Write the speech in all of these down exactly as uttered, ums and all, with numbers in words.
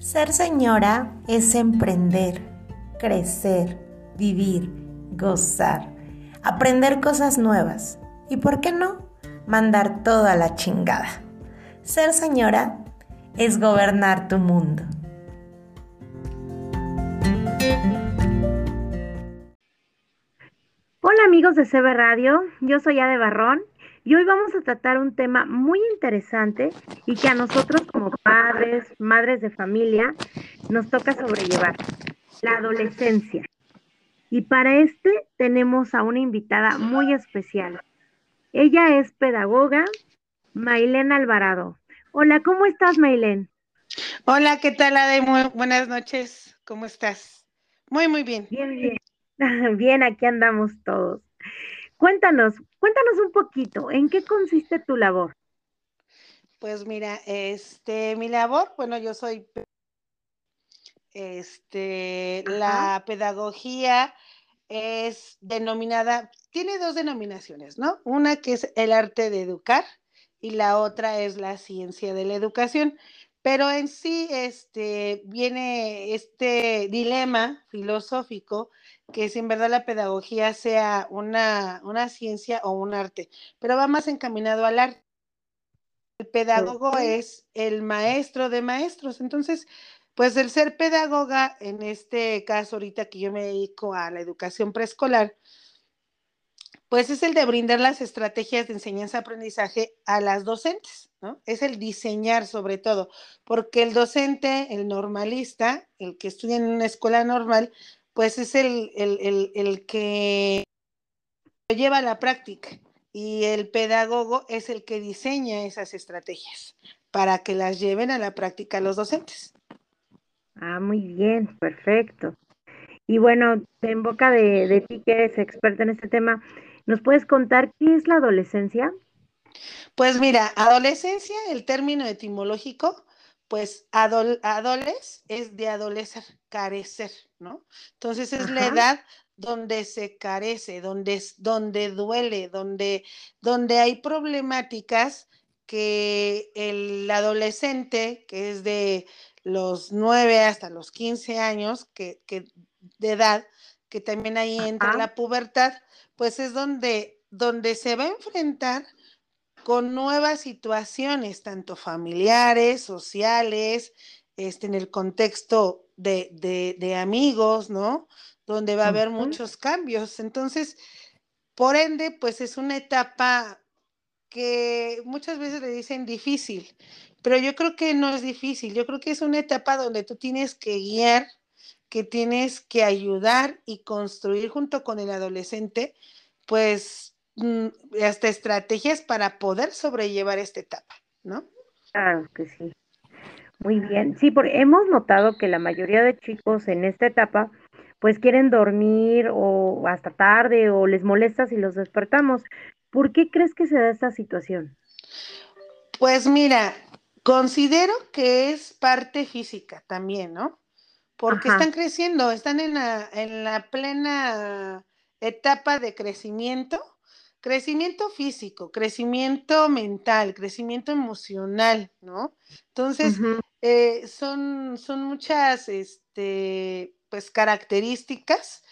Ser señora es emprender, crecer, vivir, gozar, aprender cosas nuevas y, ¿por qué no?, mandar toda la chingada. Ser señora es gobernar tu mundo. Hola amigos de C B Radio, yo soy Ade Barrón y hoy vamos a tratar un tema muy interesante y que a nosotros como padres, madres de familia, nos toca sobrellevar, la adolescencia. Y para este tenemos a una invitada muy especial. Ella es pedagoga, Maylén Alvarado. Hola, ¿cómo estás, Maylén? Hola, ¿qué tal, Ade? Muy buenas noches. ¿Cómo estás? Muy, muy bien. Bien, bien. Bien, aquí andamos todos. Cuéntanos, cuéntanos un poquito, ¿en qué consiste tu labor? Pues mira, este, mi labor, bueno, yo soy, este, Ajá, la pedagogía es denominada, tiene dos denominaciones, ¿no? Una que es el arte de educar y la otra es la ciencia de la educación. Pero en sí, este, viene este dilema filosófico que si en verdad la pedagogía sea una, una ciencia o un arte, pero va más encaminado al arte. El pedagogo ok. es el maestro de maestros. Entonces, pues el ser pedagoga, en este caso ahorita que yo me dedico a la educación preescolar, pues es el de brindar las estrategias de enseñanza-aprendizaje a las docentes, ¿no? Es el diseñar sobre todo, porque el docente, el normalista, el que estudia en una escuela normal, pues es el, el, el, el que lo lleva a la práctica y el pedagogo es el que diseña esas estrategias para que las lleven a la práctica los docentes. Ah, muy bien, perfecto. Y bueno, en boca de, de ti que eres experta en este tema, ¿nos puedes contar qué es la adolescencia? Pues mira, adolescencia, el término etimológico, pues adol, adoles es de adolecer, carecer, ¿no? Entonces es la Ajá, edad donde se carece, donde, donde duele, donde, donde hay problemáticas que el adolescente, que es de los nueve hasta los quince años que, que de edad, que también ahí entra ajá, la pubertad, pues es donde, donde se va a enfrentar con nuevas situaciones, tanto familiares, sociales, este, en el contexto de, de, de amigos, ¿no? Donde va a haber ujú, muchos cambios. Entonces, por ende, pues es una etapa que muchas veces le dicen difícil, pero yo creo que no es difícil, yo creo que es una etapa donde tú tienes que guiar, que tienes que ayudar y construir junto con el adolescente, pues mm, hasta estrategias para poder sobrellevar esta etapa, ¿no? claro que sí. Muy bien. Sí, porque hemos notado que la mayoría de chicos en esta etapa, pues quieren dormir o hasta tarde o les molesta si los despertamos. ¿Por qué crees que se da esta situación? Pues mira, considero que es parte física también, ¿no? Porque Ajá, están creciendo, están en la, en la plena etapa de crecimiento, crecimiento físico, crecimiento mental, crecimiento emocional, ¿no? Entonces, ujú, eh, son, son muchas, este, pues, características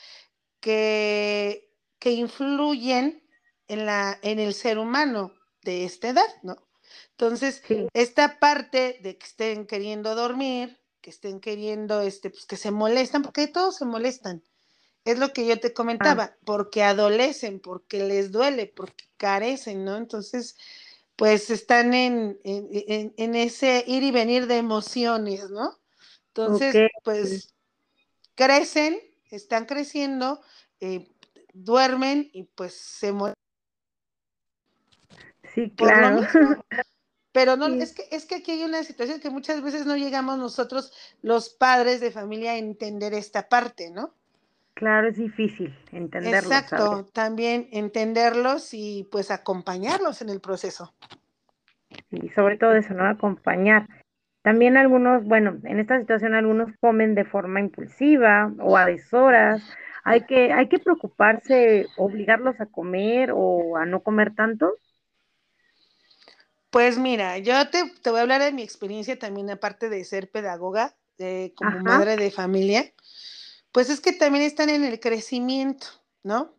que, que influyen en, la, en el ser humano de esta edad, ¿no? Entonces, sí, esta parte de que estén queriendo dormir, que estén queriendo, este, pues que se molestan, porque todos se molestan. Es lo que yo te ah, comentaba, porque adolecen, porque les duele, porque carecen, ¿no? Entonces, pues están en, en, en, en ese ir y venir de emociones, ¿no? ok, Entonces, pues crecen, están creciendo, eh, duermen y pues se mueren sí, por lo claro. mismo. Pero no, Sí, es que, es que aquí hay una situación que muchas veces no llegamos nosotros, los padres de familia, a entender esta parte, ¿no? claro, es difícil entenderlo, ¿sabes? Exacto, también entenderlos y pues acompañarlos en el proceso. Y sobre todo eso, ¿no? Acompañar. También algunos, bueno, en esta situación algunos comen de forma impulsiva o a deshoras. Hay que, hay que preocuparse, obligarlos a comer o a no comer tanto. Pues mira, yo te, te voy a hablar de mi experiencia también, aparte de ser pedagoga. eh, como Ajá. madre de familia, pues es que también están en el crecimiento, ¿no?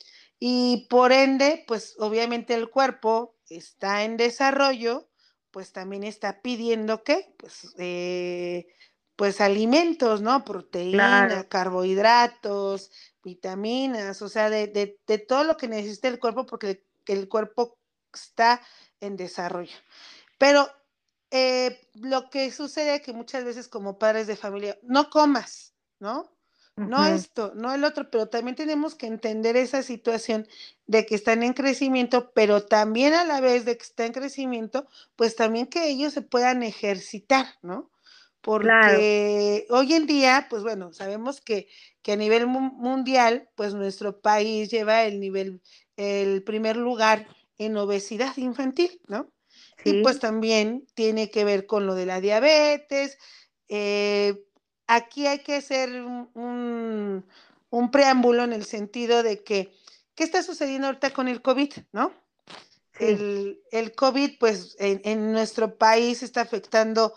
Y por ende, pues obviamente el cuerpo está en desarrollo, pues también está pidiendo ¿qué? Pues, eh, pues alimentos, ¿no? Proteína, Claro, carbohidratos, vitaminas, o sea, de, de, de todo lo que necesita el cuerpo porque el, el cuerpo está en desarrollo. Pero eh, lo que sucede es que muchas veces como padres de familia, no comas, ¿no? No ujú, esto, no el otro, pero también tenemos que entender esa situación de que están en crecimiento, pero también a la vez de que está en crecimiento, pues también que ellos se puedan ejercitar, ¿no? claro, Porque hoy en día, pues bueno, sabemos que, que a nivel mu- mundial, pues nuestro país lleva el nivel, el primer lugar en obesidad infantil, ¿no? Y pues sí, también tiene que ver con lo de la diabetes. Eh, aquí hay que hacer un, un, un, preámbulo en el sentido de que, ¿qué está sucediendo ahorita con el COVID, no? sí, El, el COVID, pues en, en nuestro país está afectando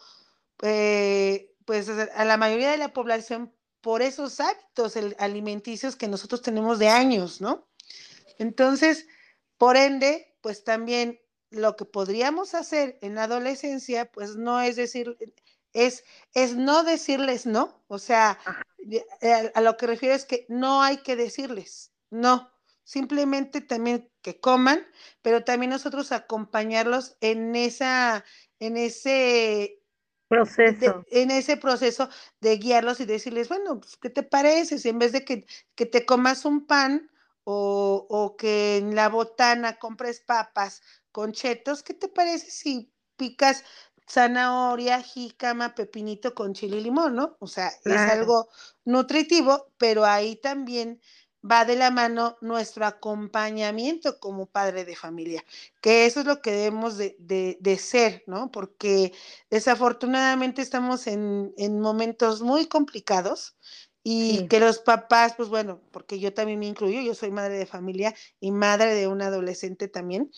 eh, pues a la mayoría de la población por esos hábitos alimenticios que nosotros tenemos de años, ¿no? Entonces, por ende, pues también lo que podríamos hacer en la adolescencia, pues no es decir, es, es no decirles no, o sea, ajá, a, a lo que refiero es que no hay que decirles no, simplemente también que coman, pero también nosotros acompañarlos en esa, en ese de, proceso, en ese proceso de guiarlos y decirles, bueno, pues, ¿qué te parece? Si en vez de que, que te comas un pan o, o, que en la botana compres papas con chetos, ¿qué te parece si picas zanahoria, jícama, pepinito con chile y limón, ¿no? O sea, es claro, algo nutritivo, pero ahí también va de la mano nuestro acompañamiento como padre de familia, que eso es lo que debemos de, de, de ser, ¿no? Porque desafortunadamente estamos en, en momentos muy complicados y sí, que los papás, pues bueno, porque yo también me incluyo, yo soy madre de familia y madre de un adolescente también.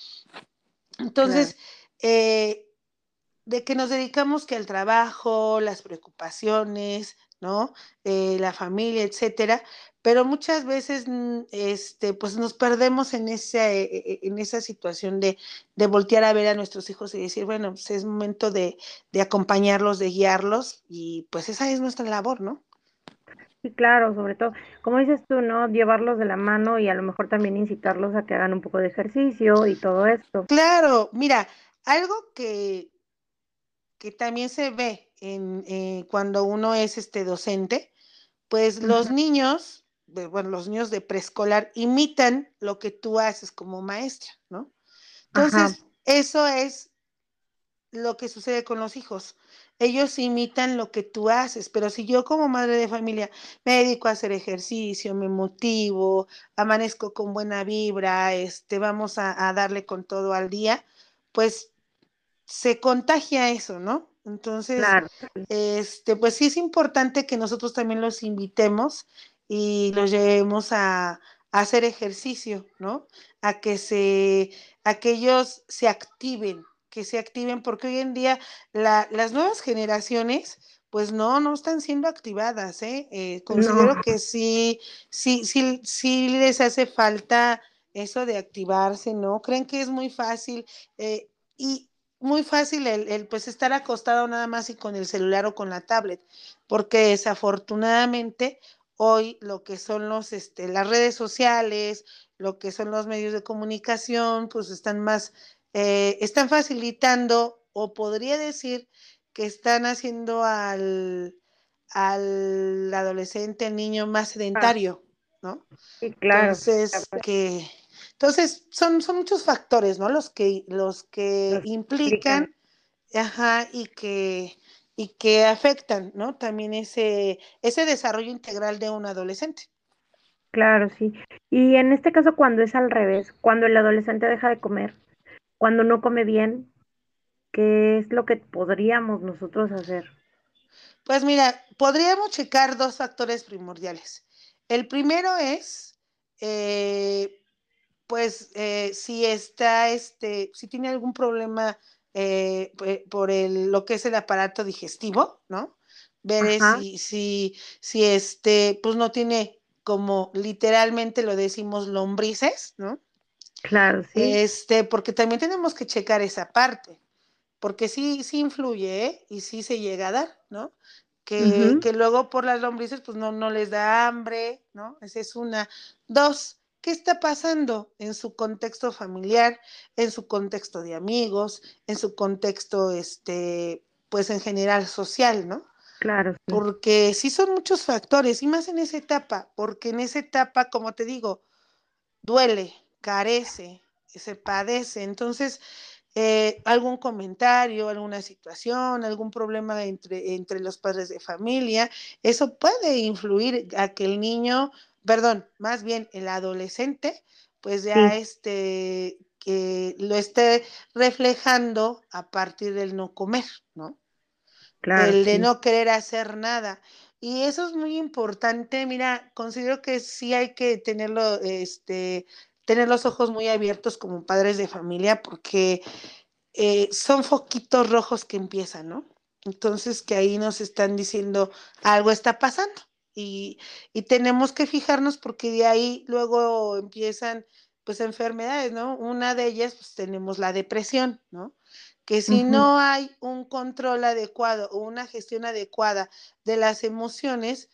claro. Entonces, eh, de que nos dedicamos que al trabajo, las preocupaciones, ¿no? Eh, la familia, etcétera, pero muchas veces, mm, este, pues nos perdemos en esa, eh, eh, en esa situación de, de voltear a ver a nuestros hijos y decir, bueno, pues es momento de, de acompañarlos, de guiarlos, y pues esa es nuestra labor, ¿no? Sí, claro, sobre todo, como dices tú, ¿no? Llevarlos de la mano y a lo mejor también incitarlos a que hagan un poco de ejercicio y todo esto. Claro, mira, algo que, que también se ve en, eh, cuando uno es este docente, pues los Ujú, niños, bueno, los niños de preescolar imitan lo que tú haces como maestra, ¿no? ajá, Entonces, eso es lo que sucede con los hijos. Ellos imitan lo que tú haces, pero si yo como madre de familia me dedico a hacer ejercicio, me motivo, amanezco con buena vibra, este, vamos a, a darle con todo al día, pues se contagia eso, ¿no? Entonces, claro, sí, este, pues sí es importante que nosotros también los invitemos y los llevemos a, a hacer ejercicio, ¿no? A que se, a que ellos se activen, que se activen, porque hoy en día la, las nuevas generaciones, pues no, no están siendo activadas, ¿eh? Eh, no, considero que sí, sí, sí, sí les hace falta eso de activarse, ¿no? Creen que es muy fácil, eh, y muy fácil el, el, pues estar acostado nada más y con el celular o con la tablet, porque desafortunadamente hoy lo que son los, este, las redes sociales, lo que son los medios de comunicación, pues están más, eh, están facilitando, o podría decir que están haciendo al, al adolescente, al niño más ah, sedentario, ¿no? sí, claro, Entonces, que, entonces son, son muchos factores, ¿no? Los que, los que los implican, explican, ajá, y que, y que afectan, ¿no? También ese, ese desarrollo integral de un adolescente. claro, sí. Y en este caso, cuando es al revés, cuando el adolescente deja de comer, cuando no come bien, ¿qué es lo que podríamos nosotros hacer? Pues mira, podríamos checar dos factores primordiales. El primero es, eh, pues, eh, si está, este, si tiene algún problema eh, por el, lo que es el aparato digestivo, ¿no? ver es Ajá, si, si, si este, pues no tiene como literalmente lo decimos lombrices, ¿no? claro, sí. Este, porque también tenemos que checar esa parte, porque sí, sí influye, ¿eh? Y sí se llega a dar, ¿no? Que, Ujú, que luego por las lombrices, pues no, no les da hambre, ¿no? Esa es una. Dos, ¿qué está pasando en su contexto familiar, en su contexto de amigos, en su contexto, este, pues en general social, ¿no? claro, sí. Porque sí son muchos factores, y más en esa etapa, porque en esa etapa, como te digo, duele, carece, se padece. Entonces, eh, algún comentario, alguna situación, algún problema entre, entre los padres de familia, eso puede influir a que el niño, perdón, más bien el adolescente, pues ya Sí, este, que lo esté reflejando a partir del no comer, ¿no? claro, El de sí. no querer hacer nada. Y eso es muy importante. Mira, considero que sí hay que tenerlo, este, tener los ojos muy abiertos como padres de familia, porque eh, son foquitos rojos que empiezan, ¿no? Entonces que ahí nos están diciendo algo está pasando. Y, y tenemos que fijarnos porque de ahí luego empiezan pues enfermedades, ¿no? Una de ellas pues tenemos la depresión, ¿no? Que si Ujú, no hay un control adecuado o una gestión adecuada de las emociones,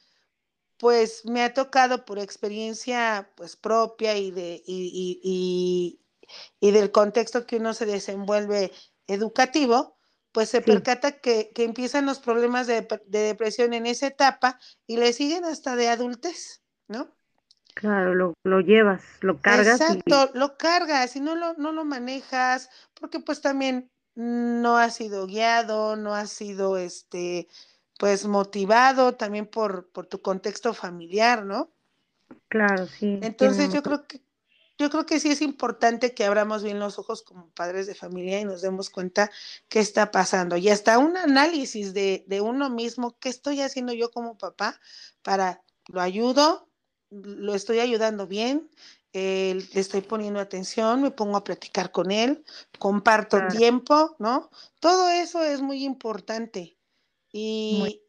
pues me ha tocado por experiencia pues propia y de y, y, y, y del contexto que uno se desenvuelve educativo, pues se sí, percata que, que empiezan los problemas de, de, depresión en esa etapa y le siguen hasta de adultez, ¿no? claro, lo, lo llevas, lo cargas y Exacto, lo cargas y no lo, no lo manejas, porque pues también no has sido guiado, no has sido este, pues motivado también por, por tu contexto familiar, ¿no? claro, sí, tiene Entonces yo mucho. creo que, yo creo que sí es importante que abramos bien los ojos como padres de familia y nos demos cuenta qué está pasando. Y hasta un análisis de, de uno mismo, qué estoy haciendo yo como papá para, lo ayudo, lo estoy ayudando bien, eh, le estoy poniendo atención, me pongo a platicar con él, comparto Claro, tiempo, ¿no? Todo eso es muy importante. muy, Y,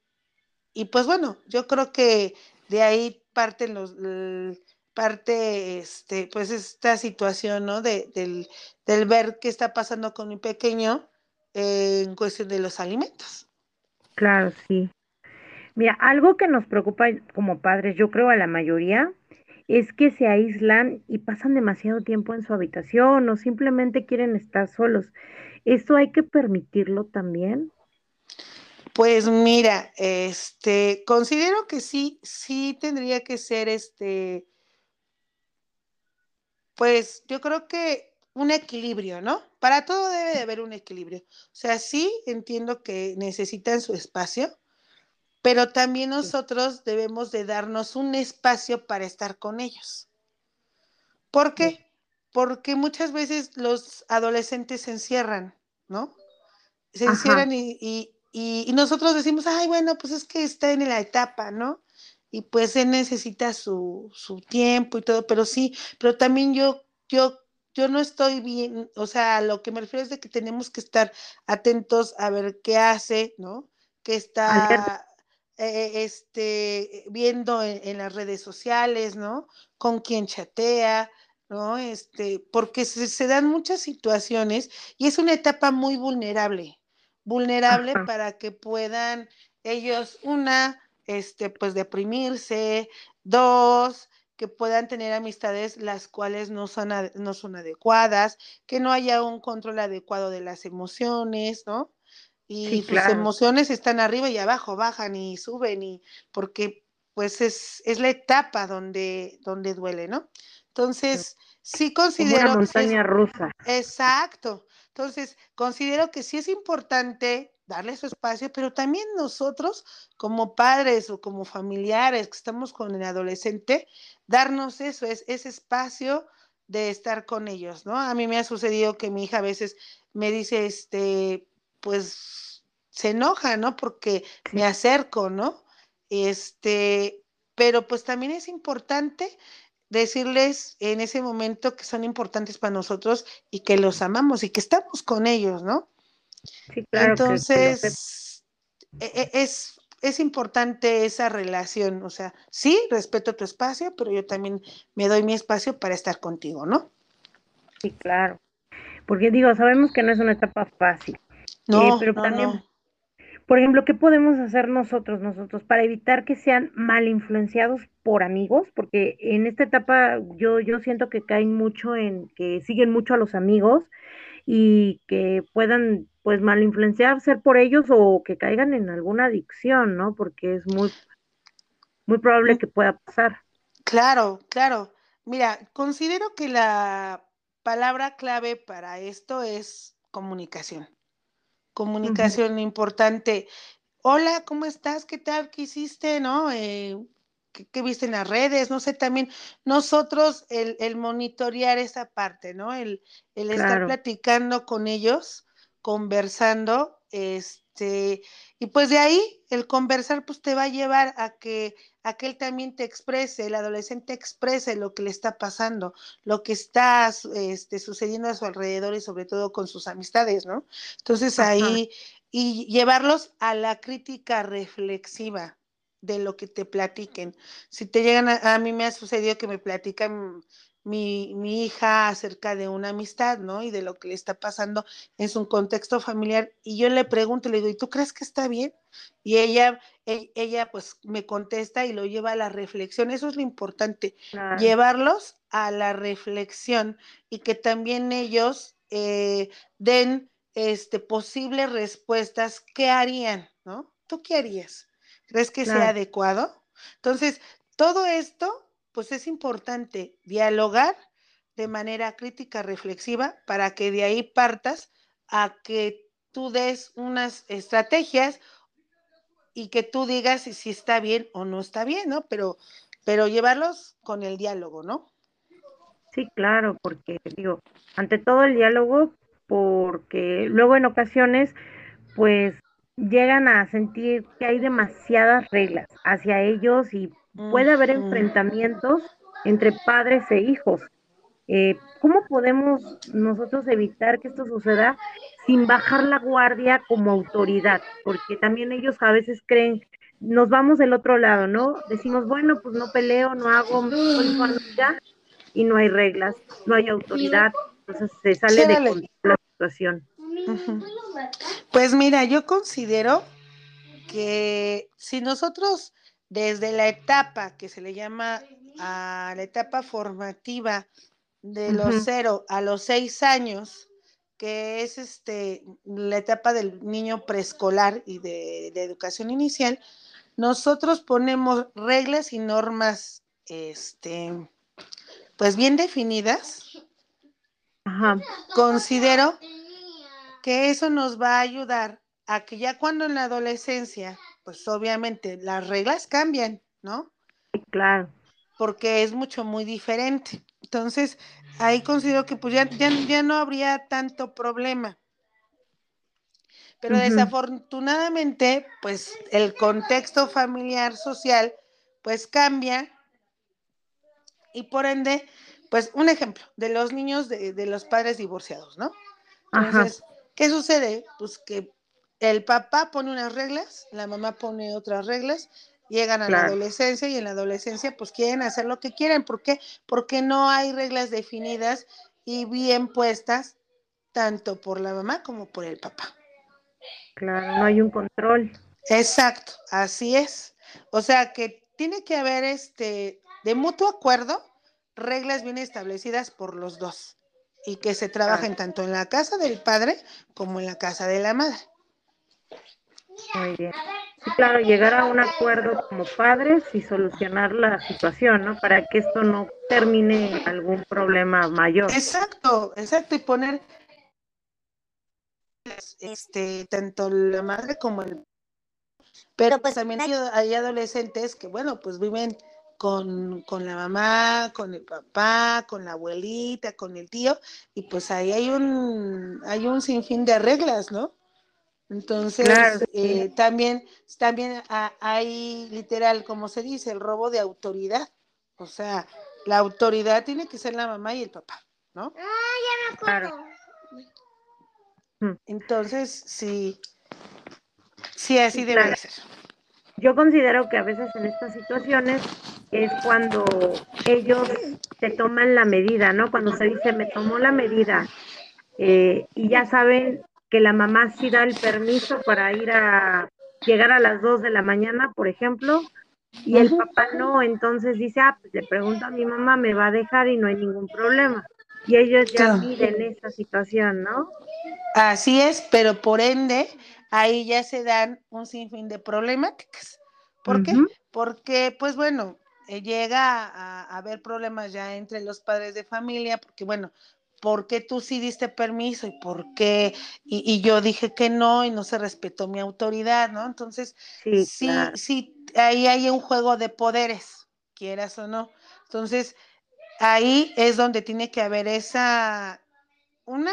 y pues bueno, yo creo que de ahí parten los, el, parte, este, pues esta situación, ¿no? De, del, del ver qué está pasando con mi pequeño eh, en cuestión de los alimentos. claro, sí. Mira, algo que nos preocupa como padres, yo creo a la mayoría, es que se aíslan y pasan demasiado tiempo en su habitación o simplemente quieren estar solos. ¿Eso hay que permitirlo también? Pues mira, este, considero que sí, sí tendría que ser, este, pues yo creo que un equilibrio, ¿no? Para todo debe de haber un equilibrio. O sea, sí entiendo que necesitan su espacio, pero también Sí. nosotros debemos de darnos un espacio para estar con ellos. ¿Por Sí. qué? Porque muchas veces los adolescentes se encierran, ¿no? Se Ajá, encierran y, y, y, y nosotros decimos, ay, bueno, pues es que está en la etapa, ¿no? Y pues él necesita su, su tiempo y todo, pero sí, pero también yo, yo, yo no estoy bien, o sea, lo que me refiero es de que tenemos que estar atentos a ver qué hace, ¿no? Qué alerta. está eh, este, viendo en, en, las redes sociales, ¿no? Con quién chatea, ¿no? Este, porque se, se dan muchas situaciones y es una etapa muy vulnerable, vulnerable Ajá, para que puedan ellos, una, este, pues deprimirse, dos, que puedan tener amistades las cuales no son, no son adecuadas, que no haya un control adecuado de las emociones, ¿no? Y sí, sus claro. emociones están arriba y abajo, bajan y suben, y porque pues es, es la etapa donde, donde duele, ¿no? Entonces, sí Como una considero que sí es montaña rusa. exacto. Entonces, considero que sí es importante darle su espacio, pero también nosotros como padres o como familiares que estamos con el adolescente, darnos eso, es, ese espacio de estar con ellos, ¿no? A mí me ha sucedido que mi hija a veces me dice, este, pues se enoja, ¿no? Porque Sí, me acerco, ¿no? Este, pero pues también es importante decirles en ese momento que son importantes para nosotros y que los amamos y que estamos con ellos, ¿no? sí, claro que, que lo sé. Entonces, e, e, es, es importante esa relación, o sea, sí, respeto tu espacio, pero yo también me doy mi espacio para estar contigo, ¿no? Sí, claro. Porque digo, sabemos que no es una etapa fácil, eh, No, pero no, también, no. por ejemplo, ¿qué podemos hacer nosotros, nosotros, para evitar que sean mal influenciados por amigos? Porque en esta etapa yo, yo siento que caen mucho en que siguen mucho a los amigos y que puedan, pues, mal influenciarse por ellos o que caigan en alguna adicción, ¿no? Porque es muy, muy probable Mm, que pueda pasar. claro, claro. Mira, considero que la palabra clave para esto es comunicación. Ujú, Comunicación importante. Hola, ¿cómo estás? ¿Qué tal? ¿Qué hiciste? ¿No? Eh, ¿qué, qué viste en las redes? No sé, también nosotros el, el monitorear esa parte, ¿no? El, el estar claro, platicando con ellos, conversando, este, y pues de ahí el conversar pues te va a llevar a que, a que él también te exprese, el adolescente exprese lo que le está pasando, lo que está este, sucediendo a su alrededor y sobre todo con sus amistades, ¿no? Entonces ajá, ahí y llevarlos a la crítica reflexiva de lo que te platiquen. Si te llegan a, a mí me ha sucedido que me platican mi, mi hija acerca de una amistad, ¿no? Y de lo que le está pasando en su contexto familiar, y yo le pregunto, le digo, ¿y tú crees que está bien? Y ella, e- ella pues me contesta y lo lleva a la reflexión. Eso es lo importante, claro, llevarlos a la reflexión y que también ellos eh, den este, posibles respuestas, ¿qué harían? ¿No? ¿Tú qué harías? ¿Crees que sea claro. adecuado? Entonces, todo esto, pues es importante dialogar de manera crítica, reflexiva, para que de ahí partas a que tú des unas estrategias y que tú digas si, si está bien o no está bien, ¿no? Pero, pero llevarlos con el diálogo, ¿no? Sí, claro, porque digo, ante todo el diálogo, porque luego en ocasiones, pues llegan a sentir que hay demasiadas reglas hacia ellos y Mm, puede haber mm. enfrentamientos entre padres e hijos. Eh, ¿cómo podemos nosotros evitar que esto suceda sin bajar la guardia como autoridad? Porque también ellos a veces creen, nos vamos del otro lado, ¿no? Decimos, bueno, pues no peleo, no hago, soy su amiga y no hay reglas, no hay autoridad, entonces se sale de Chérale. control la situación. Ujú. Pues mira, yo considero que si nosotros desde la etapa que se le llama a la etapa formativa de los Ujú, cero a los seis años, que es este la etapa del niño preescolar y de, de educación inicial, nosotros ponemos reglas y normas, este, pues bien definidas. ajá, Considero que eso nos va a ayudar a que ya cuando en la adolescencia, pues obviamente las reglas cambian, ¿no? sí, claro. Porque es mucho, muy diferente. Entonces, ahí considero que pues ya, ya, ya no habría tanto problema. Pero Ujú, desafortunadamente, pues el contexto familiar, social, pues cambia y por ende, pues un ejemplo de los niños de, de los padres divorciados, ¿no? ajá, Entonces, ¿qué sucede? Pues que el papá pone unas reglas, la mamá pone otras reglas, llegan a la claro. adolescencia y en la adolescencia pues quieren hacer lo que quieren. ¿Por qué? Porque no hay reglas definidas y bien puestas tanto por la mamá como por el papá. Claro, no hay un control. Exacto, así es. O sea que tiene que haber este de mutuo acuerdo reglas bien establecidas por los dos y que se Claro, trabajen tanto en la casa del padre como en la casa de la madre. muy bien. Sí, claro, llegar a un acuerdo como padres y solucionar la situación, ¿no? Para que esto no termine en algún problema mayor. Exacto, exacto, y poner este tanto la madre como el, pero pues también hay, hay adolescentes que bueno, pues viven con, con la mamá, con el papá, con la abuelita, con el tío, y pues ahí hay un hay un sinfín de reglas, ¿no? Claro, Entonces, sí, eh, también, también a- hay literal, como se dice, el robo de autoridad. O sea, la autoridad tiene que ser la mamá y el papá, ¿no? claro. Mm, Entonces, sí, sí, así sí, debe claro. de ser. Yo considero que a veces en estas situaciones es cuando ellos se toman la medida, ¿no? Cuando se dice, me tomó la medida, eh, y ya saben que la mamá sí da el permiso para ir a llegar a las dos de la mañana, por ejemplo, y el Ujú. papá no, entonces dice, ah, pues le pregunto a mi mamá, me va a dejar y no hay ningún problema. Y ellos ya Claro. miden esa situación, ¿no? Así es, pero por ende, ahí ya se dan un sinfín de problemáticas. ¿Por qué? Ujú. Porque, pues bueno, eh, llega a, a haber problemas ya entre los padres de familia, porque bueno, ¿por qué tú sí diste permiso y por qué? Y, y yo dije que no y no se respetó mi autoridad, ¿no? Entonces, Sí, sí, claro. sí, ahí hay un juego de poderes, quieras o no. Entonces, ahí es donde tiene que haber esa, una,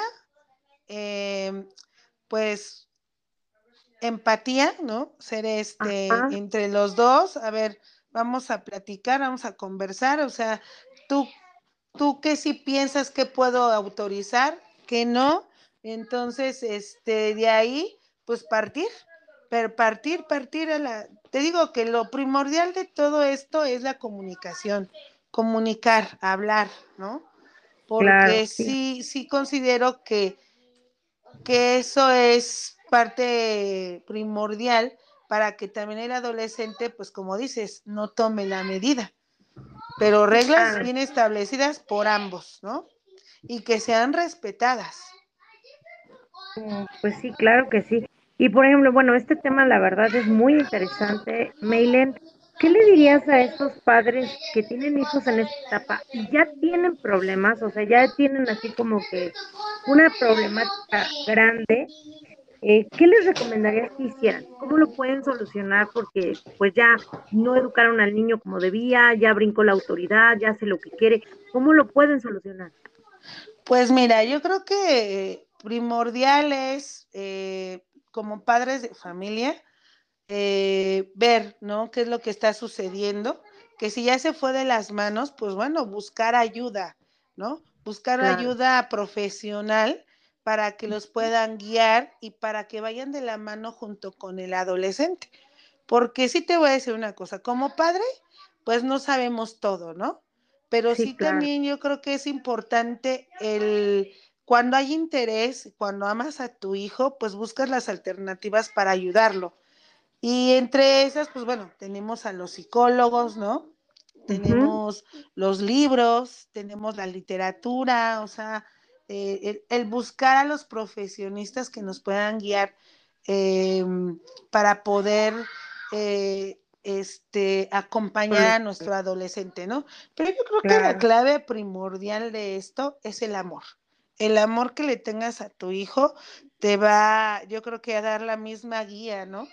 eh, pues empatía, ¿no? Ser este Ajá. entre los dos, a ver, vamos a platicar, vamos a conversar, o sea, tú, tú qué sí piensas que puedo autorizar, que no, entonces, este, de ahí, pues partir, pero partir, partir a la, te digo que lo primordial de todo esto es la comunicación, comunicar, hablar, ¿no? Claro, Porque sí. sí, sí considero que que eso es parte primordial para que también el adolescente, pues como dices, no tome la medida, pero Sí, reglas claro. bien establecidas por ambos, ¿no? Y que sean respetadas. Mm, pues sí, claro que sí. Y por ejemplo, bueno, este tema la verdad es muy interesante. Mailen, ¿qué le dirías a estos padres que tienen hijos en esta etapa y ya tienen problemas? O sea, ya tienen así como que una problemática grande. Eh, ¿qué les recomendarías que hicieran? ¿Cómo lo pueden solucionar? Porque pues ya no educaron al niño como debía, ya brincó la autoridad, ya hace lo que quiere. ¿Cómo lo pueden solucionar? Pues mira, yo creo que primordial es, eh, como padres de familia, eh, ver, ¿no? ¿Qué es lo que está sucediendo? Que si ya se fue de las manos, pues bueno, buscar ayuda, ¿no? Buscar Claro. ayuda profesional para que los puedan guiar y para que vayan de la mano junto con el adolescente. Porque sí te voy a decir una cosa, como padre, pues no sabemos todo, ¿no? Pero Sí, sí claro. también yo creo que es importante el, cuando hay interés, cuando amas a tu hijo, pues buscas las alternativas para ayudarlo. Y entre esas, pues bueno, tenemos a los psicólogos, ¿no? Ujú. Tenemos los libros, tenemos la literatura, o sea, eh, el, el, buscar a los profesionistas que nos puedan guiar eh, para poder eh, este, acompañar a Solución. nuestro adolescente, ¿no? Pero yo creo que la Claro. clave primordial de esto es el amor. El amor que le tengas a tu hijo te va, yo creo que a dar la misma guía, ¿no?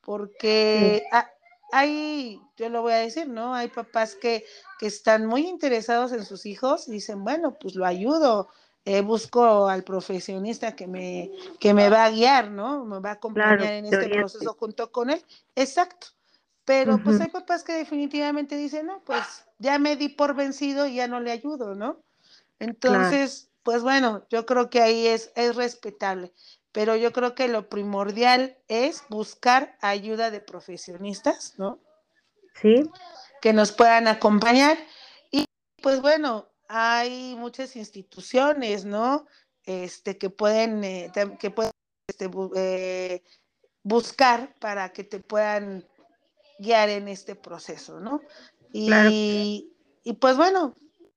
Sí, Porque ah, hay, yo lo voy a decir, ¿no? Hay papás que, que están muy interesados en sus hijos y dicen, bueno, pues lo ayudo, eh, busco al profesionista que me, que me va a guiar, ¿no? Me va a claro, acompañar en te este oriente. proceso junto con él. Exacto. Pero pues Ujú. hay papás que definitivamente dicen, no, pues ya me di por vencido y ya no le ayudo, ¿no? Claro. Entonces, pues bueno, yo creo que ahí es, es respetable, pero yo creo que lo primordial es buscar ayuda de profesionistas, ¿no? Sí, Que nos puedan acompañar. Y pues bueno, hay muchas instituciones, ¿no? Este, que pueden, eh, que pueden este, eh, buscar para que te puedan guiar en este proceso, ¿no? claro. Y, y pues bueno,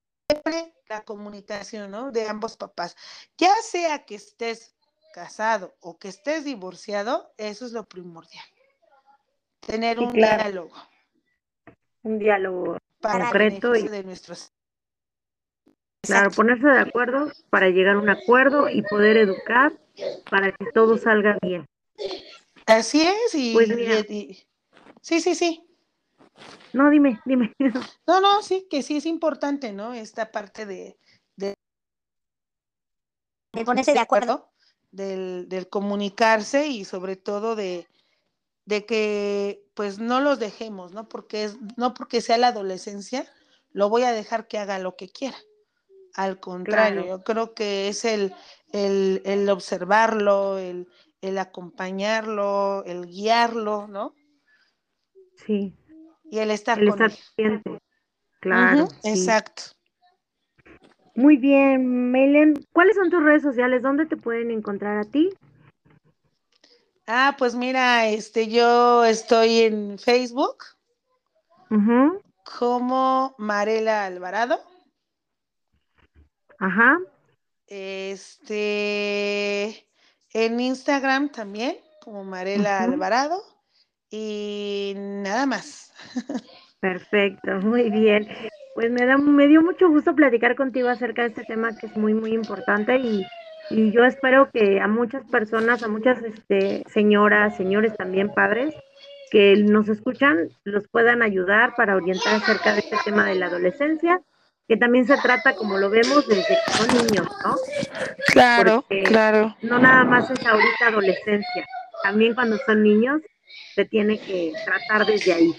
la comunicación, ¿no? De ambos papás. Ya sea que estés casado o que estés divorciado, eso es lo primordial. Tener Sí, un claro. diálogo Un diálogo para concreto y beneficio de nuestros. claro, Exacto. ponerse de acuerdo para llegar a un acuerdo y poder educar para que todo salga bien. Así es, Pues y, y, mira, y sí, sí, sí. no, dime, dime. No, no, sí, que sí es importante, ¿no? Esta parte de, de, de ponerse de acuerdo, del, del comunicarse y sobre todo de, de que pues no los dejemos, ¿no? Porque es, no porque sea la adolescencia, lo voy a dejar que haga lo que quiera. Al contrario, Claro, yo creo que es el, el, el observarlo, el, el acompañarlo, el guiarlo, ¿no? sí, y el estar el con él. estar pendiente, Ujú, claro, sí. exacto. Muy bien, Melen, ¿cuáles son tus redes sociales? ¿Dónde te pueden encontrar a ti? Ah, pues mira, este, yo estoy en Facebook Ujú, como Marela Alvarado. ajá, Este, en Instagram también, como Marela ujú. Alvarado. Y nada más. Perfecto, muy bien. Pues me da, me dio mucho gusto platicar contigo acerca de este tema que es muy, muy importante y, y yo espero que a muchas personas, a muchas este, señoras, señores también padres que nos escuchan, los puedan ayudar para orientar acerca de este tema de la adolescencia, que también se trata, como lo vemos, desde que son niños, ¿no? Claro, Porque claro. no nada más es ahorita adolescencia, también cuando son niños se tiene que tratar desde ahí.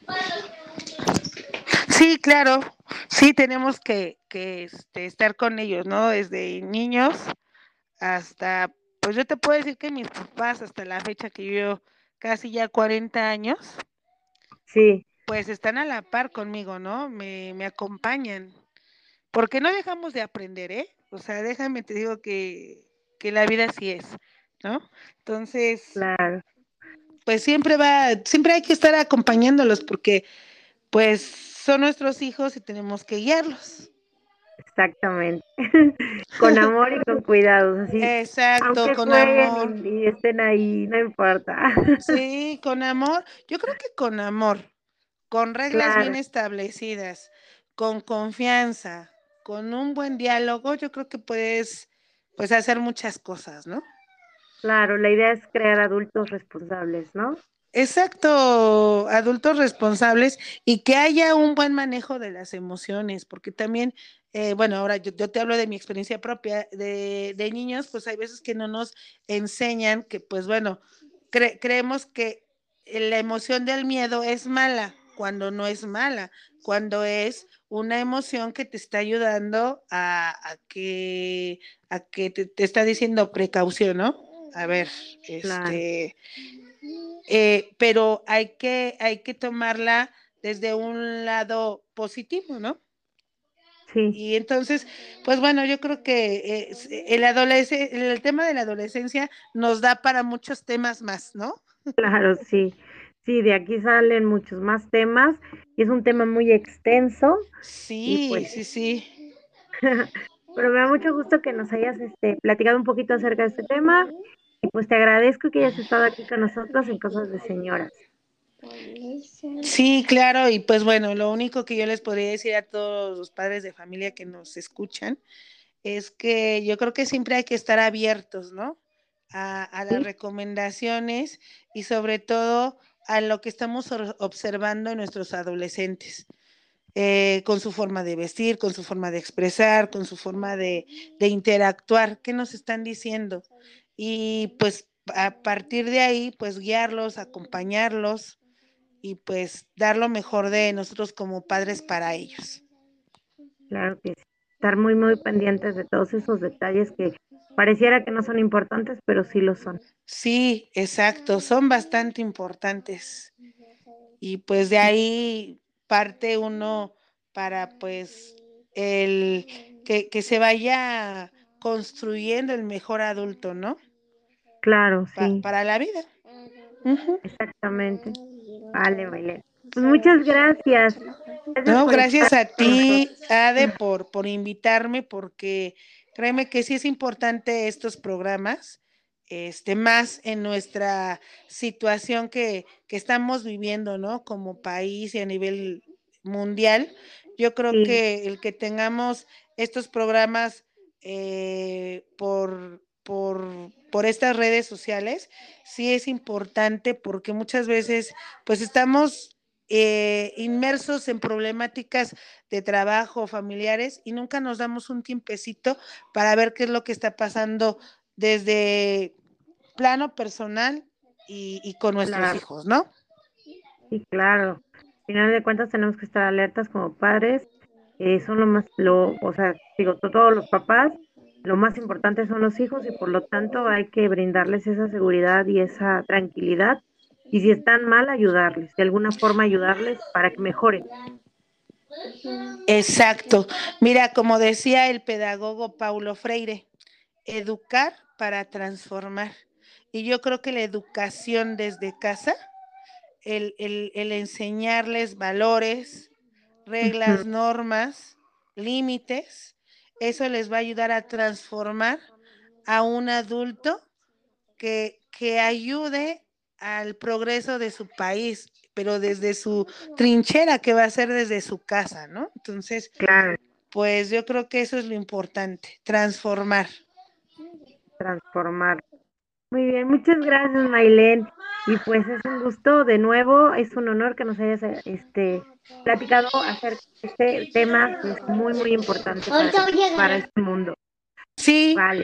Sí, claro. Sí, tenemos que, que este, estar con ellos, ¿no? Desde niños hasta, pues yo te puedo decir que mis papás, hasta la fecha que yo casi ya cuarenta años, Sí. pues están a la par conmigo, ¿no? Me, me acompañan. Porque no dejamos de aprender, ¿eh? O sea, déjame te digo que, que la vida así es, ¿no? Entonces, Claro, pues siempre va, siempre hay que estar acompañándolos porque pues son nuestros hijos y tenemos que guiarlos. exactamente. Con amor y con cuidados, así, Exacto, aunque con amor. jueguen y, y estén ahí, no importa. Sí, con amor. Yo creo que con amor, con reglas bien Claro, establecidas, con confianza, con un buen diálogo, yo creo que puedes pues hacer muchas cosas, ¿no? claro, la idea es crear adultos responsables, ¿no? Exacto, adultos responsables y que haya un buen manejo de las emociones, porque también, eh, bueno, ahora yo, yo, te hablo de mi experiencia propia de, de, niños, pues hay veces que no nos enseñan que, pues bueno, cre creemos que la emoción del miedo es mala, cuando no es mala, cuando es una emoción que te está ayudando a, a que, a que te, te está diciendo precaución, ¿no? A ver, Claro, este eh, pero hay que, hay que tomarla desde un lado positivo, ¿no? sí, Y entonces, pues bueno, yo creo que eh, el, adolesc el tema de la adolescencia nos da para muchos temas más, ¿no? claro, sí. Sí, de aquí salen muchos más temas y es un tema muy extenso y Sí, pues, sí, sí. pero me da mucho gusto que nos hayas este, platicado un poquito acerca de este tema y pues te agradezco que hayas estado aquí con nosotros en Cosas de Señoras. Sí, claro, y pues bueno, lo único que yo les podría decir a todos los padres de familia que nos escuchan es que yo creo que siempre hay que estar abiertos, ¿no? A, a las Sí, recomendaciones y sobre todo a lo que estamos observando en nuestros adolescentes, eh, con su forma de vestir, con su forma de expresar, con su forma de, de interactuar, ¿qué nos están diciendo? Y pues a partir de ahí, pues guiarlos, acompañarlos y pues dar lo mejor de nosotros como padres para ellos. claro que sí. Estar muy, muy pendientes de todos esos detalles que pareciera que no son importantes, pero sí lo son. Sí, exacto, son bastante importantes. Y pues de Sí, ahí parte uno para pues el que, que se vaya construyendo el mejor adulto, ¿no? claro, Pa- sí, para la vida. Ujú. exactamente. Vale, Maile. Pues muchas gracias. Gracias No, por estar gracias a con nosotros. ti, Ade, por, por invitarme, porque créeme que sí es importante estos programas, este, más en nuestra situación que, que estamos viviendo, ¿no? Como país y a nivel mundial. Yo creo Sí, que el que tengamos estos programas eh, por, por, por estas redes sociales, sí es importante porque muchas veces, pues estamos eh, inmersos en problemáticas de trabajo, familiares, y nunca nos damos un tiempecito para ver qué es lo que está pasando desde plano personal y, y con nuestros claro, hijos, ¿no? sí, claro. Al final de cuentas tenemos que estar alertas como padres. Eh, son lo más, lo, o sea, digo, to- todos los papás, lo más importante son los hijos y por lo tanto hay que brindarles esa seguridad y esa tranquilidad y si están mal, ayudarles, de alguna forma ayudarles para que mejoren. Exacto. Mira, como decía el pedagogo Paulo Freire, educar para transformar. Y yo creo que la educación desde casa, el, el, el enseñarles valores, reglas, normas, límites, eso les va a ayudar a transformar a un adulto que, que ayude al progreso de su país, pero desde su trinchera, que va a ser desde su casa, ¿no? Entonces, Claro, pues yo creo que eso es lo importante, transformar. transformar. Muy bien, muchas gracias, Mailén. Y pues es un gusto de nuevo, es un honor que nos hayas este, platicado acerca de este tema que es muy, muy importante para, para este mundo. Sí. Vale.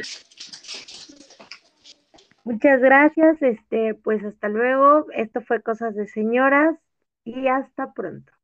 Muchas gracias, este, pues hasta luego. Esto fue Cosas de Señoras y hasta pronto.